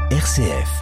RCF.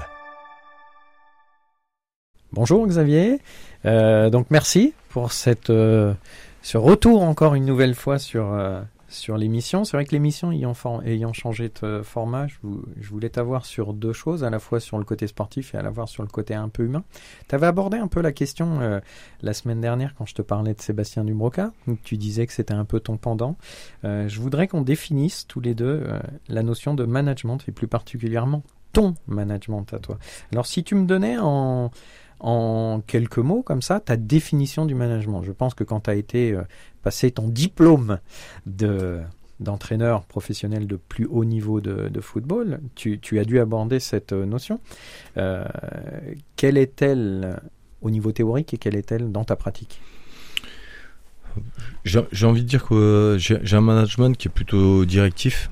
Bonjour Xavier, donc merci pour ce retour encore une nouvelle fois sur l'émission. C'est vrai que l'émission ayant changé de format, je voulais t'avoir sur deux choses, à la fois sur le côté sportif et à la fois sur le côté un peu humain. Tu avais abordé un peu la question la semaine dernière quand je te parlais de Sébastien Dubroca, où tu disais que c'était un peu ton pendant. Je voudrais qu'on définisse tous les deux la notion de management et plus particulièrement ton management à toi. Alors si tu me donnais en quelques mots comme ça ta définition du management, je pense que quand tu as été passer ton diplôme d'entraîneur professionnel de plus haut niveau de football, tu as dû aborder cette notion. Quelle est-elle au niveau théorique et quelle est-elle dans ta pratique ? J'ai envie de dire que j'ai un management qui est plutôt directif.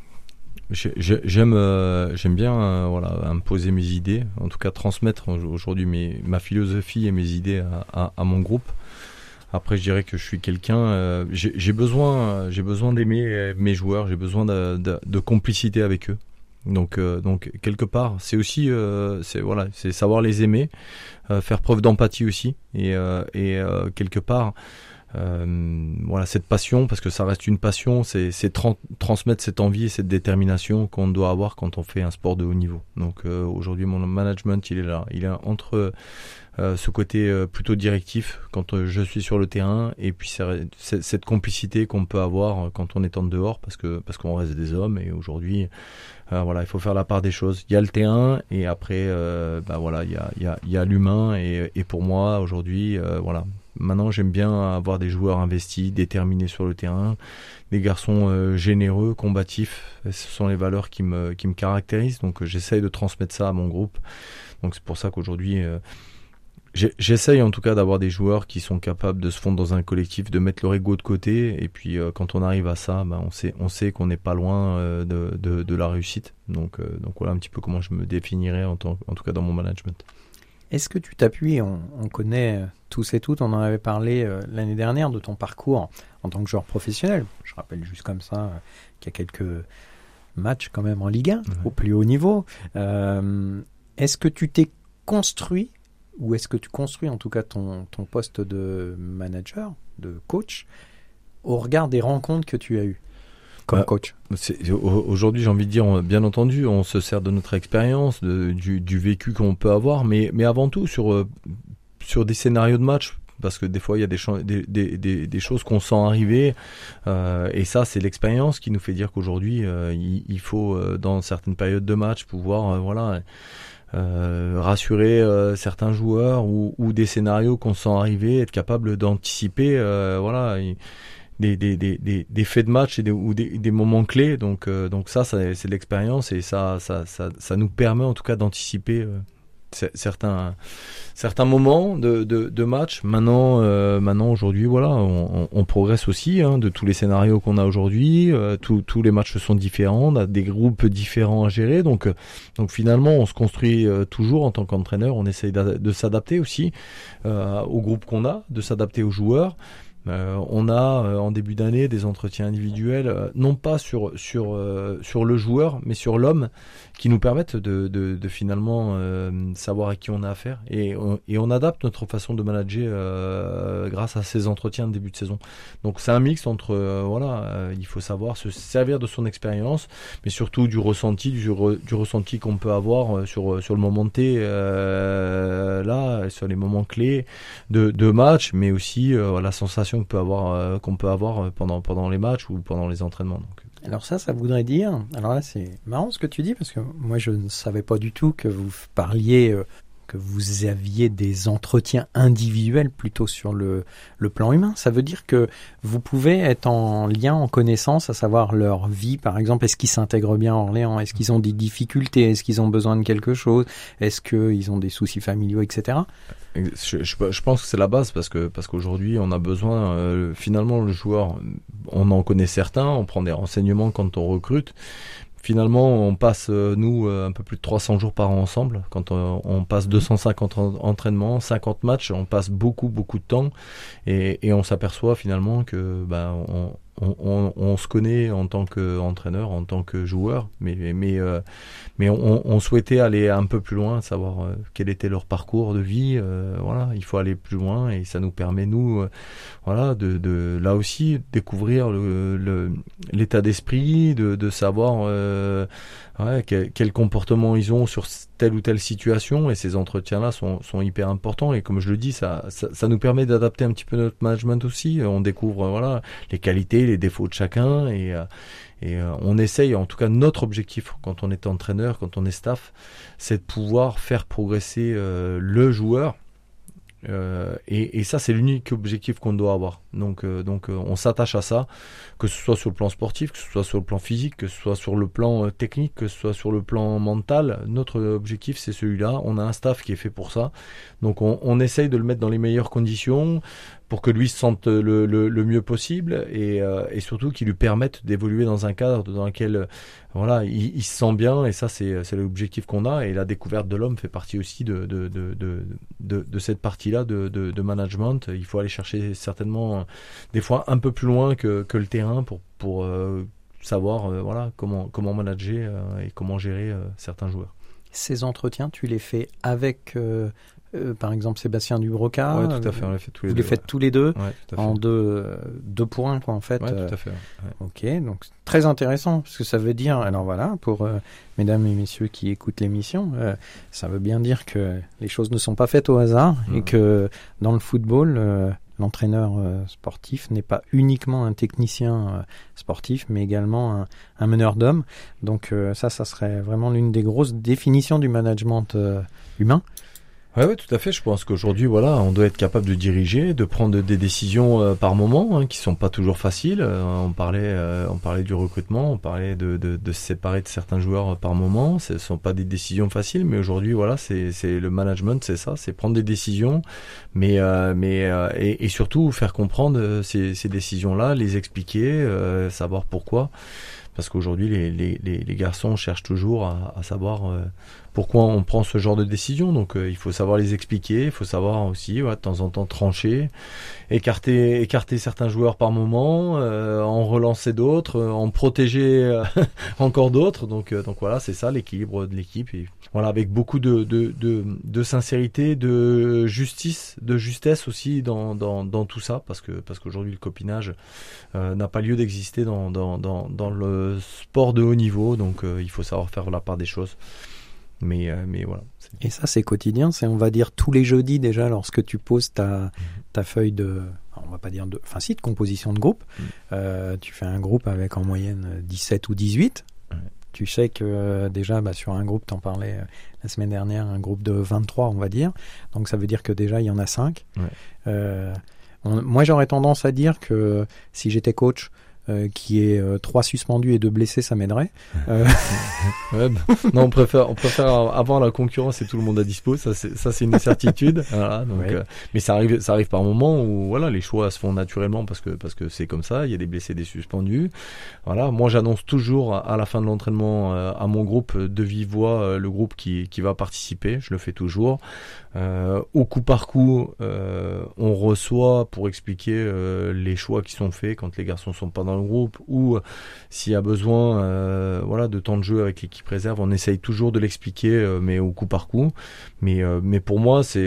J'aime bien imposer mes idées, en tout cas transmettre aujourd'hui ma philosophie et mes idées à mon groupe. Après, je dirais que je suis quelqu'un, j'ai besoin d'aimer mes joueurs, j'ai besoin de complicité avec eux. Donc quelque part, c'est aussi c'est savoir les aimer, faire preuve d'empathie aussi et quelque part cette passion, parce que ça reste une passion, c'est transmettre cette envie et cette détermination qu'on doit avoir quand on fait un sport de haut niveau. Donc aujourd'hui mon management il est là, il est entre ce côté plutôt directif quand je suis sur le terrain et puis cette complicité qu'on peut avoir quand on est en dehors parce qu'on reste des hommes et aujourd'hui il faut faire la part des choses. Il y a le terrain et après il y a l'humain et pour moi aujourd'hui maintenant j'aime bien avoir des joueurs investis, déterminés sur le terrain, des garçons généreux, combatifs. Et ce sont les valeurs qui me caractérisent, donc j'essaye de transmettre ça à mon groupe. Donc c'est pour ça qu'aujourd'hui j'essaye en tout cas d'avoir des joueurs qui sont capables de se fondre dans un collectif, de mettre leur ego de côté et puis quand on arrive à ça, on sait qu'on n'est pas loin de la réussite. Donc voilà un petit peu comment je me définirais en tout cas dans mon management. Est-ce que tu t'appuies, on connaît tous et toutes, on en avait parlé l'année dernière de ton parcours en tant que joueur professionnel. Je rappelle juste comme ça qu'il y a quelques matchs quand même en Ligue 1, au plus haut niveau. Est-ce que tu t'es construit ou est-ce que tu construis en tout cas ton poste de manager, de coach, au regard des rencontres que tu as eues comme coach? Aujourd'hui, j'ai envie de dire, bien entendu, on se sert de notre expérience, du vécu qu'on peut avoir, mais avant tout sur des scénarios de match, parce que des fois, il y a des choses qu'on sent arriver, et ça, c'est l'expérience qui nous fait dire qu'aujourd'hui, il faut, dans certaines périodes de match, pouvoir rassurer certains joueurs ou des scénarios qu'on sent arriver, être capable d'anticiper, des faits de match ou des moments clés. Donc ça c'est de l'expérience et ça nous permet en tout cas d'anticiper certains moments de match. Maintenant aujourd'hui on progresse aussi de tous les scénarios qu'on a aujourd'hui. Tous les matchs sont différents, on a des groupes différents à gérer. Donc finalement on se construit toujours en tant qu'entraîneur. On essaye de s'adapter aussi au groupe qu'on a, de s'adapter aux joueurs. On a en début d'année des entretiens individuels, non pas sur le joueur, mais sur l'homme, qui nous permettent de finalement savoir à qui on a affaire. Et on adapte notre façon de manager grâce à ces entretiens de début de saison. Donc c'est un mix entre il faut savoir se servir de son expérience, mais surtout du ressenti qu'on peut avoir sur le moment T, sur les moments clés de match, mais aussi la sensation qu'on peut avoir pendant les matchs ou pendant les entraînements. Donc. Alors ça voudrait dire, alors là c'est marrant ce que tu dis, parce que moi je ne savais pas du tout que vous parliez, que vous aviez des entretiens individuels plutôt sur le plan humain. Ça veut dire que vous pouvez être en lien, en connaissance, à savoir leur vie, par exemple, est-ce qu'ils s'intègrent bien à Orléans, est-ce qu'ils ont des difficultés, est-ce qu'ils ont besoin de quelque chose, est-ce qu'ils ont des soucis familiaux, etc. Je pense que c'est la base parce qu'aujourd'hui on a besoin finalement le joueur, on en connaît certains, on prend des renseignements quand on recrute. Finalement, on passe, un peu plus de 300 jours par an ensemble. Quand on passe 250 entraînements, 50 matchs, on passe beaucoup de temps. Et on s'aperçoit finalement que on se connaît en tant qu'entraîneur, en tant que joueur, mais on souhaitait aller un peu plus loin, savoir quel était leur parcours de vie. Voilà, il faut aller plus loin et ça nous permet nous, voilà, de là aussi découvrir l'état d'esprit, de savoir quel comportement ils ont sur telle ou telle situation, et ces entretiens-là sont hyper importants, et comme je le dis, ça nous permet d'adapter un petit peu notre management aussi. On découvre voilà les qualités, les défauts de chacun, et on essaye, en tout cas notre objectif quand on est entraîneur, quand on est staff, c'est de pouvoir faire progresser le joueur. Et ça, c'est l'unique objectif qu'on doit avoir. Donc on s'attache à ça, que ce soit sur le plan sportif, que ce soit sur le plan physique, que ce soit sur le plan technique, que ce soit sur le plan mental. Notre objectif, c'est celui-là. On a un staff qui est fait pour ça. Donc on essaye de le mettre dans les meilleures conditions pour que lui se sente le mieux possible, et surtout qu'il lui permette d'évoluer dans un cadre dans lequel voilà, il se sent bien, et ça c'est l'objectif qu'on a. Et la découverte de l'homme fait partie aussi de cette partie-là de management. Il faut aller chercher certainement des fois un peu plus loin que le terrain pour savoir voilà comment manager et comment gérer certains joueurs. Ces entretiens, tu les fais avec par exemple Sébastien Dubroca? Oui, tout à fait, on les fait tous les deux. Vous les faites tous les deux, ouais, tout à fait. En deux points, quoi, en fait. Oui, tout à fait. Ouais. Ok, donc très intéressant, parce que ça veut dire, alors voilà, pour mesdames et messieurs qui écoutent l'émission, ça veut bien dire que les choses ne sont pas faites au hasard, et que dans le football, l'entraîneur sportif n'est pas uniquement un technicien sportif, mais également un meneur d'hommes. Donc ça serait vraiment l'une des grosses définitions du management humain. Oui, tout à fait. Je pense qu'aujourd'hui, voilà, on doit être capable de diriger, de prendre des décisions par moment, qui sont pas toujours faciles. On parlait du recrutement, on parlait de se séparer de certains joueurs par moment. Ce sont pas des décisions faciles, mais aujourd'hui, voilà, c'est le management, c'est ça, c'est prendre des décisions, et surtout faire comprendre ces décisions-là, les expliquer, savoir pourquoi. Parce qu'aujourd'hui, les garçons cherchent toujours à savoir pourquoi on prend ce genre de décision. Donc il faut savoir les expliquer, il faut savoir aussi de temps en temps trancher, écarter certains joueurs par moment, en relancer d'autres, en protéger encore d'autres. Donc voilà, c'est ça l'équilibre de l'équipe. Et voilà, avec beaucoup de sincérité, de justesse aussi dans tout ça, parce qu'aujourd'hui le copinage n'a pas lieu d'exister dans le sport de haut niveau. Donc il faut savoir faire la part des choses. Mais voilà. Et ça, c'est quotidien, c'est, on va dire, tous les jeudis déjà, lorsque tu poses ta feuille de, on va pas dire de composition de groupe. Tu fais un groupe avec en moyenne 17 ou 18. Ouais. Tu sais que déjà, sur un groupe, t'en parlais la semaine dernière, un groupe de 23, on va dire. Donc ça veut dire que déjà, il y en a 5. Ouais. Moi, j'aurais tendance à dire que si j'étais coach, qui est 3 suspendus et 2 blessés, ça m'aiderait. Ouais, non, on préfère avoir la concurrence et tout le monde à dispo. Ça c'est une certitude. Voilà, donc, ouais. Mais ça arrive par moment où voilà, les choix se font naturellement parce que c'est comme ça. Il y a des blessés, des suspendus. Voilà, moi j'annonce toujours à la fin de l'entraînement à mon groupe de vive voix le groupe qui va participer. Je le fais toujours. Au coup par coup, on reçoit pour expliquer les choix qui sont faits quand les garçons sont pas dans le groupe, ou s'il y a besoin de temps de jeu avec l'équipe réserve, on essaye toujours de l'expliquer, mais au coup par coup. Mais pour moi, c'est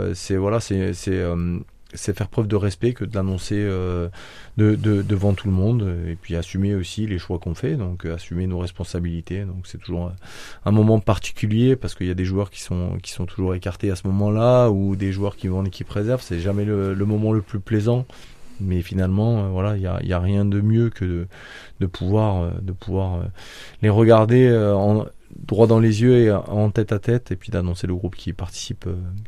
faire preuve de respect que de l'annoncer devant tout le monde, et puis assumer aussi les choix qu'on fait, donc assumer nos responsabilités. Donc c'est toujours un moment particulier, parce qu'il y a des joueurs qui sont toujours écartés à ce moment-là, ou des joueurs qui vont en équipe réserve. C'est jamais le moment le plus plaisant. Mais finalement, il y a rien de mieux que de pouvoir les regarder droit dans les yeux et en tête à tête, et puis d'annoncer le groupe qui participe.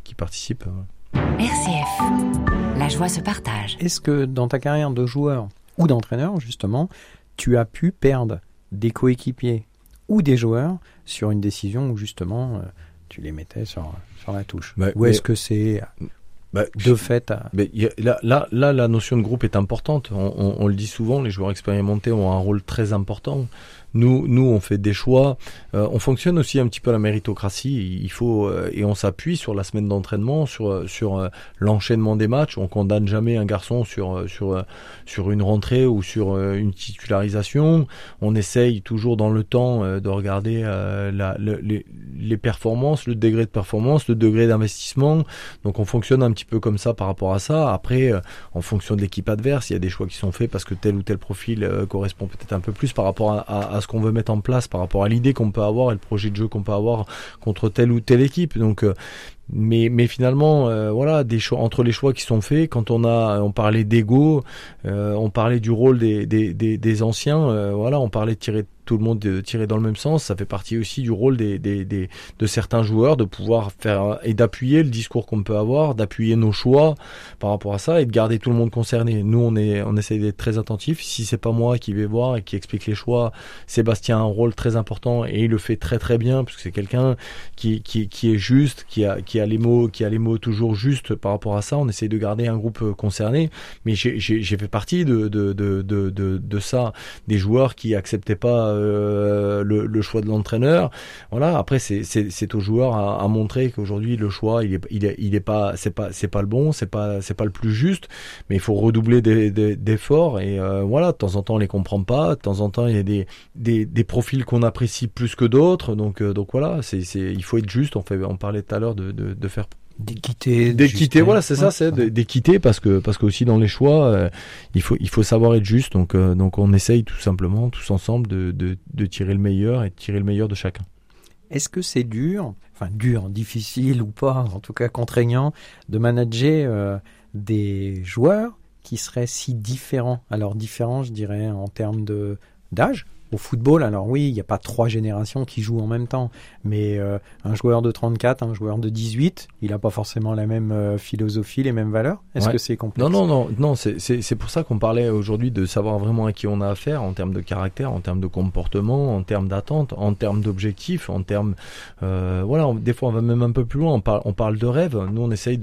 RCF, la joie se partage. Est-ce que dans ta carrière de joueur ou d'entraîneur, justement, tu as pu perdre des coéquipiers ou des joueurs sur une décision où justement tu les mettais sur la touche? Ou est-ce que c'est de fait. Là, la notion de groupe est importante. On le dit souvent, les joueurs expérimentés ont un rôle très important. Nous, on fait des choix. On fonctionne aussi un petit peu à la méritocratie. Il faut et on s'appuie sur la semaine d'entraînement, sur l'enchaînement des matchs. On condamne jamais un garçon sur une rentrée ou sur une titularisation. On essaye toujours dans le temps de regarder les performances, le degré de performance, le degré d'investissement. Donc on fonctionne un petit peu comme ça par rapport à ça. Après, en fonction de l'équipe adverse, il y a des choix qui sont faits parce que tel ou tel profil correspond peut-être un peu plus par rapport à ce qu'on veut mettre en place, par rapport à l'idée qu'on peut avoir et le projet de jeu qu'on peut avoir contre telle ou telle équipe. Donc mais finalement voilà, des choix entre les choix qui sont faits, quand on parlait d'ego, on parlait du rôle des anciens, voilà, on parlait de tirer tout le monde tirer dans le même sens. Ça fait partie aussi du rôle de certains joueurs de pouvoir faire et d'appuyer le discours qu'on peut avoir, d'appuyer nos choix par rapport à ça et de garder tout le monde concerné. Nous, on essaie d'être très attentifs. Si c'est pas moi qui vais voir et qui explique les choix, Sébastien a un rôle très important et il le fait très très bien parce que c'est quelqu'un qui est juste, qui a les mots toujours justes par rapport à ça. On essaie de garder un groupe concerné. Mais j'ai fait partie de ça, des joueurs qui acceptaient pas le choix de l'entraîneur. Voilà. Après, c'est aux joueurs à montrer qu'aujourd'hui le choix il est pas, c'est pas le bon, c'est pas le plus juste. Mais il faut redoubler d'efforts et voilà. De temps en temps, on les comprend pas. De temps en temps, il y a des profils qu'on apprécie plus que d'autres. Donc voilà. Il faut être juste. On parlait tout à l'heure de faire d'équité, voilà, c'est ça, c'est d'équité parce que aussi dans les choix, il faut savoir être juste. Donc on essaye tout simplement, tous ensemble, de tirer le meilleur et de tirer le meilleur de chacun. Est-ce que c'est dur, difficile ou pas, en tout cas contraignant, de manager des joueurs qui seraient si différents? Alors différents, je dirais, en termes d'âge. Au football, alors oui, il n'y a pas 3 générations qui jouent en même temps, mais un joueur de 34, un joueur de 18, il n'a pas forcément la même philosophie, les mêmes valeurs. Est-ce que c'est complexe? Non, c'est pour ça qu'on parlait aujourd'hui de savoir vraiment à qui on a affaire en termes de caractère, en termes de comportement, en termes d'attente, en termes d'objectifs, en termes voilà, des fois on va même un peu plus loin, on parle de rêve. Nous on essaye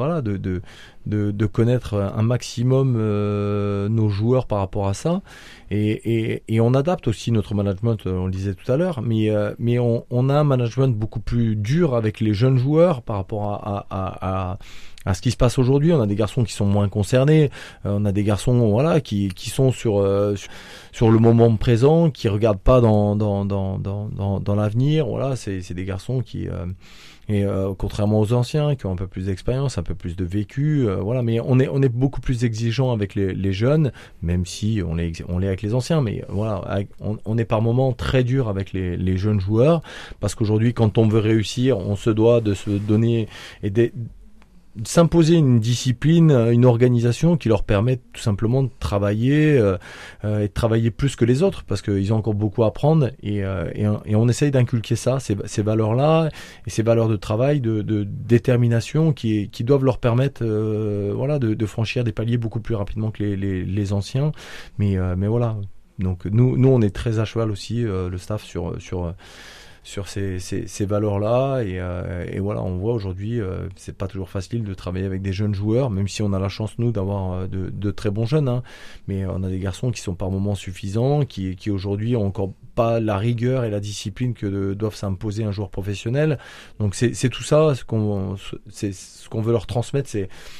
de connaître un maximum nos joueurs par rapport à ça et on adapte aussi notre management, on le disait tout à l'heure, mais on a un management beaucoup plus dur avec les jeunes joueurs par rapport à ce qui se passe aujourd'hui. On a des garçons qui sont moins concernés, on a des garçons voilà qui sont sur le moment présent, qui regardent pas dans l'avenir. Voilà, c'est des garçons qui contrairement aux anciens qui ont un peu plus d'expérience, un peu plus de vécu, voilà. Mais on est beaucoup plus exigeant avec les jeunes, même si on l'est avec les anciens. Mais voilà, on est par moments très dur avec les jeunes joueurs parce qu'aujourd'hui, quand on veut réussir, on se doit de se donner et s'imposer une discipline, une organisation qui leur permet tout simplement de travailler et de travailler plus que les autres parce qu'ils ont encore beaucoup à apprendre et on essaye d'inculquer ça, ces valeurs-là et ces valeurs de travail, de détermination qui doivent leur permettre voilà de franchir des paliers beaucoup plus rapidement que les anciens. Mais voilà. Donc nous on est très à cheval aussi le staff sur ces valeurs-là et voilà, on voit aujourd'hui c'est pas toujours facile de travailler avec des jeunes joueurs, même si on a la chance nous d'avoir de très bons jeunes, hein, mais on a des garçons qui sont par moments suffisants, qui aujourd'hui ont encore pas la rigueur et la discipline que doivent s'imposer un joueur professionnel. Donc c'est tout ça ce qu'on veut leur transmettre,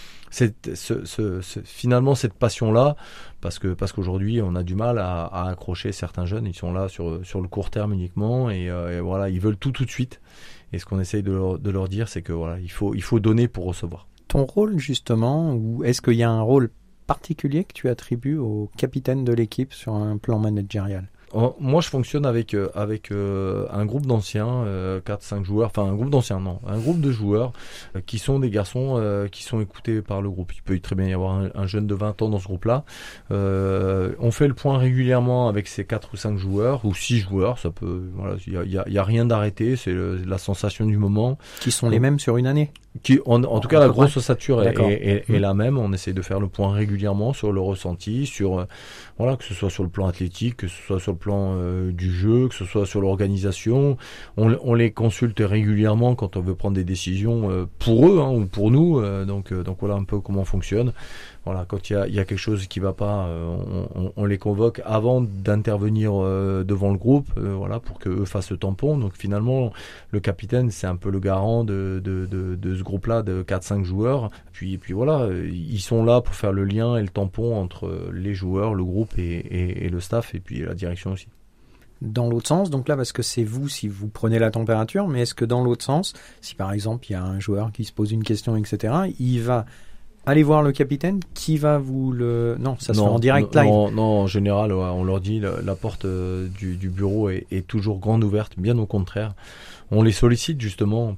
finalement cette passion-là, parce qu'aujourd'hui on a du mal à accrocher certains jeunes. Ils sont là sur le court terme uniquement et voilà, ils veulent tout de suite. Et ce qu'on essaye de leur dire, c'est que voilà, il faut donner pour recevoir. Ton rôle justement, ou est-ce qu'il y a un rôle particulier que tu attribues au capitaine de l'équipe sur un plan managérial? Moi, je fonctionne avec un groupe d'anciens, 4-5 joueurs, enfin un groupe d'anciens, non, un groupe de joueurs qui sont des garçons qui sont écoutés par le groupe. Il peut très bien y avoir un jeune de 20 ans dans ce groupe-là. On fait le point régulièrement avec ces 4 ou 5 joueurs, ou 6 joueurs, ça peut, voilà, il y a rien d'arrêté, c'est la sensation du moment. Qui sont les mêmes sur une année? En tout cas, la grosse ossature est la même. On essaie de faire le point régulièrement sur le ressenti, sur voilà, que ce soit sur le plan athlétique, que ce soit sur le plan du jeu, que ce soit sur l'organisation. On les consulte régulièrement quand on veut prendre des décisions pour eux ou pour nous. Donc voilà un peu comment on fonctionne. Voilà, quand il y a quelque chose qui va pas, on les convoque avant d'intervenir devant le groupe, voilà, pour que eux fassent le tampon. Donc finalement, le capitaine, c'est un peu le garant de ce groupe-là de 4-5 joueurs. Puis voilà, ils sont là pour faire le lien et le tampon entre les joueurs, le groupe et le staff, et puis la direction aussi. Dans l'autre sens, donc là, parce que c'est vous si vous prenez la température, mais est-ce que dans l'autre sens, si par exemple il y a un joueur qui se pose une question, etc., il va aller voir le capitaine qui va vous le... Non, ça se fait en direct live. Non, en général, on leur dit la porte du bureau est toujours grande ouverte, bien au contraire. On les sollicite justement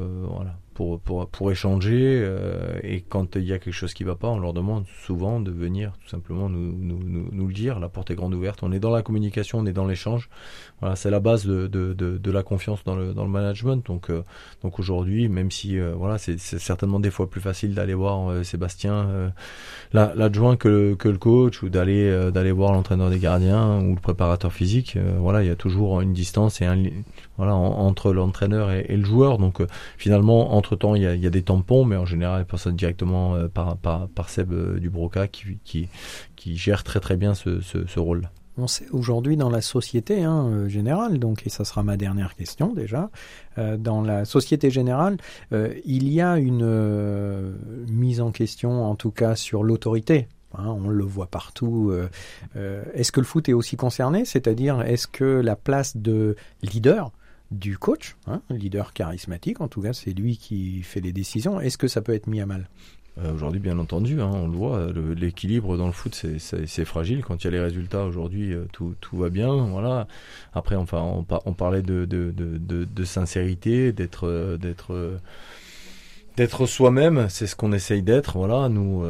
pour échanger et quand il y a quelque chose qui va pas, on leur demande souvent de venir tout simplement nous le dire. La porte est grande ouverte. On est dans la communication, on est dans l'échange. Voilà, c'est la base de la confiance dans le management. Donc aujourd'hui, même si c'est certainement des fois plus facile d'aller voir Sébastien, l'adjoint que le coach, ou d'aller voir l'entraîneur des gardiens ou le préparateur physique. Il y a toujours une distance et entre l'entraîneur et le joueur. Donc finalement, entre-temps, il y a des tampons, mais en général, ils passent directement par Seb du Broca qui gère très très bien ce rôle. On sait aujourd'hui dans la société générale, donc, et ça sera ma dernière question déjà, dans la société générale, il y a une mise en question, en tout cas sur l'autorité. On le voit partout. Est-ce que le foot est aussi concerné ? C'est-à-dire, est-ce que la place de leader du coach, leader charismatique, en tout cas c'est lui qui fait les décisions, est-ce que ça peut être mis à mal ? Aujourd'hui, bien entendu, on le voit, l'équilibre dans le foot, c'est fragile. Quand il y a les résultats, aujourd'hui, tout va bien. Voilà. Après, on parlait de sincérité, d'être soi-même, c'est ce qu'on essaye d'être. Voilà, nous,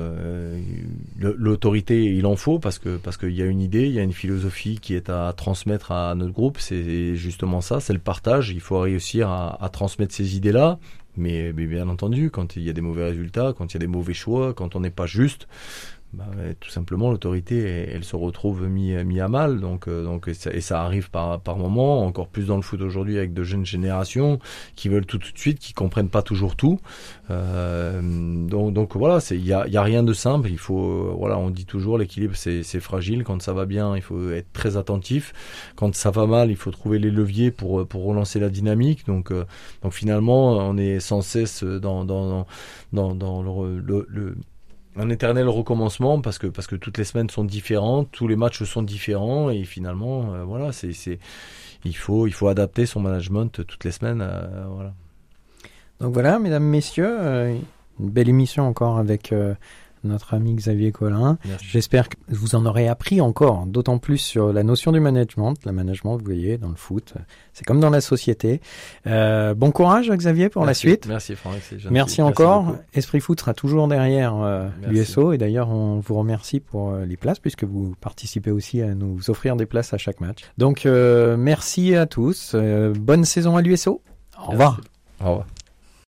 l'autorité, il en faut parce qu'il y a une idée, il y a une philosophie qui est à transmettre à notre groupe. C'est justement ça, c'est le partage. Il faut réussir à transmettre ces idées-là. Mais bien entendu, quand il y a des mauvais résultats, quand il y a des mauvais choix, quand on n'est pas juste, tout simplement l'autorité elle se retrouve mis à mal. Donc ça arrive par moment, encore plus dans le foot aujourd'hui avec de jeunes générations qui veulent tout de suite, qui comprennent pas toujours tout. Donc voilà, il y a rien de simple. Il faut on dit toujours l'équilibre c'est fragile. Quand ça va bien, il faut être très attentif. Quand ça va mal, il faut trouver les leviers pour relancer la dynamique. Donc finalement, on est sans cesse dans le un éternel recommencement parce que toutes les semaines sont différentes, tous les matchs sont différents et finalement il faut adapter son management toutes les semaines. Donc voilà, mesdames, messieurs, une belle émission encore avec notre ami Xavier Collin. Merci. J'espère que vous en aurez appris encore, d'autant plus sur la notion du management. La management, vous voyez, dans le foot, c'est comme dans la société. Bon courage, Xavier, pour la suite. Merci, Franck. Merci encore. Beaucoup. Esprit Foot sera toujours derrière l'USO. Et d'ailleurs, on vous remercie pour les places, puisque vous participez aussi à nous offrir des places à chaque match. Donc, merci à tous. Bonne saison à l'USO. Au revoir. Au revoir.